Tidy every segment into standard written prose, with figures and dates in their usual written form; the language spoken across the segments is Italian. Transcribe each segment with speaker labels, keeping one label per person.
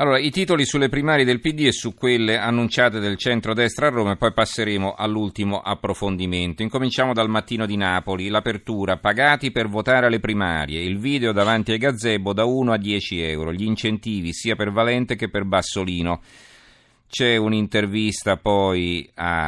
Speaker 1: Allora, i titoli sulle primarie del PD e su quelle annunciate del centrodestra a Roma e poi passeremo all'ultimo approfondimento. Incominciamo dal Mattino di Napoli, l'apertura, pagati per votare alle primarie, il video davanti ai gazebo da 1 a 10 euro, gli incentivi sia per Valente che per Bassolino. C'è un'intervista poi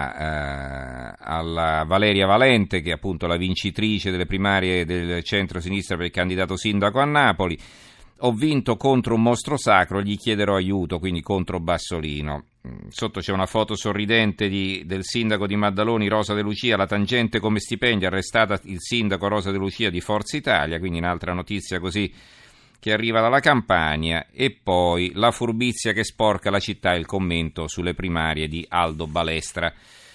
Speaker 1: alla Valeria Valente, che è appunto la vincitrice delle primarie del centro-sinistra per il candidato sindaco a Napoli. Ho vinto contro un mostro sacro, gli chiederò aiuto, quindi contro Bassolino. Sotto c'è una foto sorridente del sindaco di Maddaloni, Rosa De Lucia, la tangente come stipendio, arrestata il sindaco Rosa De Lucia di Forza Italia, quindi un'altra notizia così che arriva dalla Campania, e poi la furbizia che sporca la città, il commento sulle primarie di Aldo Balestra.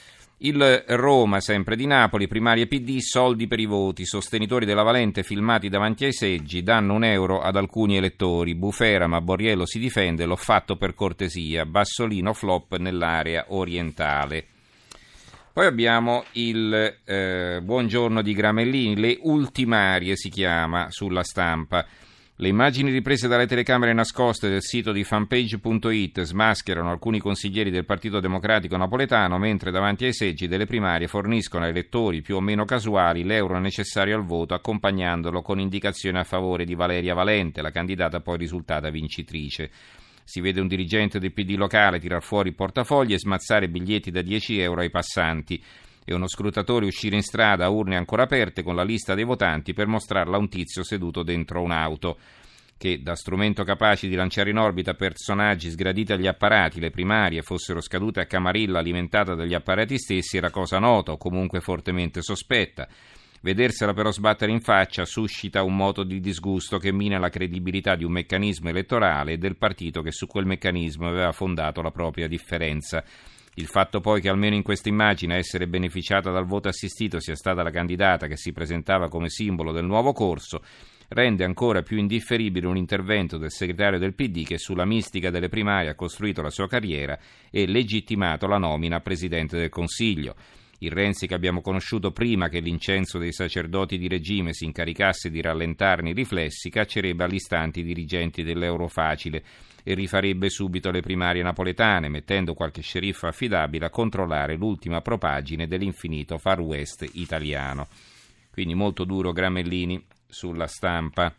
Speaker 1: Il Roma, sempre di Napoli, primarie PD, soldi per i voti, sostenitori della Valente filmati davanti ai seggi, danno €1 ad alcuni elettori, Bufera ma Borriello si difende, l'ho fatto per cortesia, Bassolino flop nell'area orientale. Poi abbiamo il buongiorno di Gramellini, le ultimarie si chiama sulla Stampa. Le immagini riprese dalle telecamere nascoste del sito di fanpage.it smascherano alcuni consiglieri del Partito Democratico napoletano, mentre davanti ai seggi delle primarie forniscono ai elettori più o meno casuali l'euro necessario al voto, accompagnandolo con indicazioni a favore di Valeria Valente, la candidata poi risultata vincitrice. Si vede un dirigente del PD locale tirar fuori il portafogli e smazzare biglietti da 10 euro ai passanti, e uno scrutatore uscire in strada a urne ancora aperte con la lista dei votanti per mostrarla a un tizio seduto dentro un'auto. Che da strumento capace di lanciare in orbita personaggi sgraditi agli apparati, le primarie fossero scadute a camarilla alimentata dagli apparati stessi era cosa nota o comunque fortemente sospetta. Vedersela però sbattere in faccia suscita un moto di disgusto che mina la credibilità di un meccanismo elettorale e del partito che su quel meccanismo aveva fondato la propria differenza. Il fatto poi che almeno in questa immagine a essere beneficiata dal voto assistito sia stata la candidata che si presentava come simbolo del nuovo corso rende ancora più indifferibile un intervento del segretario del PD che sulla mistica delle primarie ha costruito la sua carriera e legittimato la nomina a Presidente del Consiglio. Il Renzi che abbiamo conosciuto prima che l'incenso dei sacerdoti di regime si incaricasse di rallentarne i riflessi caccerebbe all'istante i dirigenti dell'Eurofacile e rifarebbe subito le primarie napoletane, mettendo qualche sceriffo affidabile a controllare l'ultima propagine dell'infinito Far West italiano. Quindi molto duro Gramellini sulla Stampa.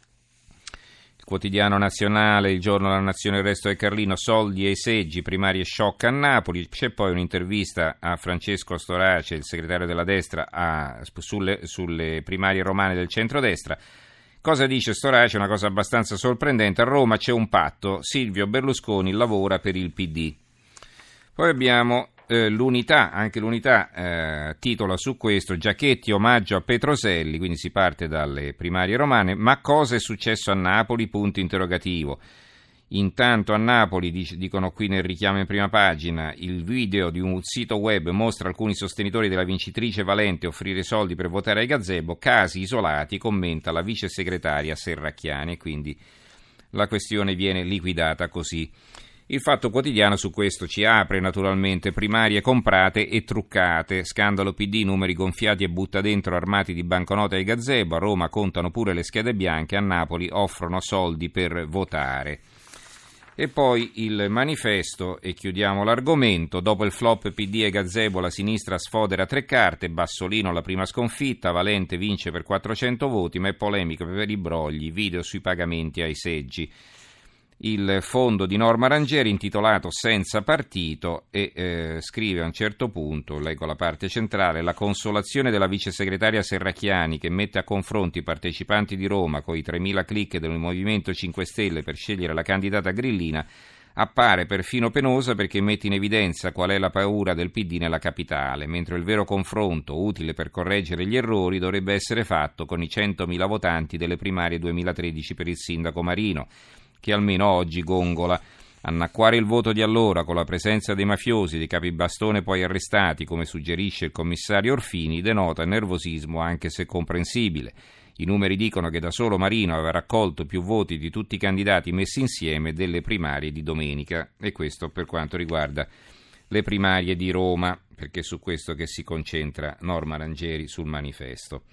Speaker 1: Il Quotidiano Nazionale, Il Giorno della Nazione, Il Resto del Carlino, soldi ai seggi, primarie shock a Napoli. C'è poi un'intervista a Francesco Storace, il segretario della destra, sulle primarie romane del centrodestra. Cosa dice Storace? Una cosa abbastanza sorprendente. A Roma c'è un patto, Silvio Berlusconi lavora per il PD. Poi abbiamo l'Unità, anche l'Unità titola su questo, Giachetti omaggio a Petroselli, quindi si parte dalle primarie romane, ma cosa è successo a Napoli? Punto interrogativo. Intanto a Napoli, dicono qui nel richiamo in prima pagina, il video di un sito web mostra alcuni sostenitori della vincitrice Valente offrire soldi per votare ai gazebo, casi isolati, commenta la vice segretaria Serracchiani, e quindi la questione viene liquidata così. Il Fatto Quotidiano su questo ci apre naturalmente, primarie comprate e truccate, scandalo PD, numeri gonfiati e butta dentro armati di banconote ai gazebo, a Roma contano pure le schede bianche, a Napoli offrono soldi per votare. E poi il Manifesto, e chiudiamo l'argomento, dopo il flop PD e gazebo la sinistra sfodera 3 carte, Bassolino la prima sconfitta, Valente vince per 400 voti, ma è polemico per i brogli, video sui pagamenti ai seggi. Il fondo di Norma Rangieri intitolato Senza partito e scrive a un certo punto, leggo la parte centrale, la consolazione della vice segretaria Serracchiani che mette a confronto i partecipanti di Roma con i 3.000 click del Movimento 5 Stelle per scegliere la candidata grillina appare perfino penosa perché mette in evidenza qual è la paura del PD nella capitale, mentre il vero confronto utile per correggere gli errori dovrebbe essere fatto con i 100.000 votanti delle primarie 2013 per il sindaco Marino, che almeno oggi gongola. Annacquare il voto di allora con la presenza dei mafiosi, dei capibastone poi arrestati, come suggerisce il commissario Orfini, denota nervosismo anche se comprensibile. I numeri dicono che da solo Marino aveva raccolto più voti di tutti i candidati messi insieme delle primarie di domenica, e questo per quanto riguarda le primarie di Roma, perché è su questo che si concentra Norma Rangieri sul Manifesto.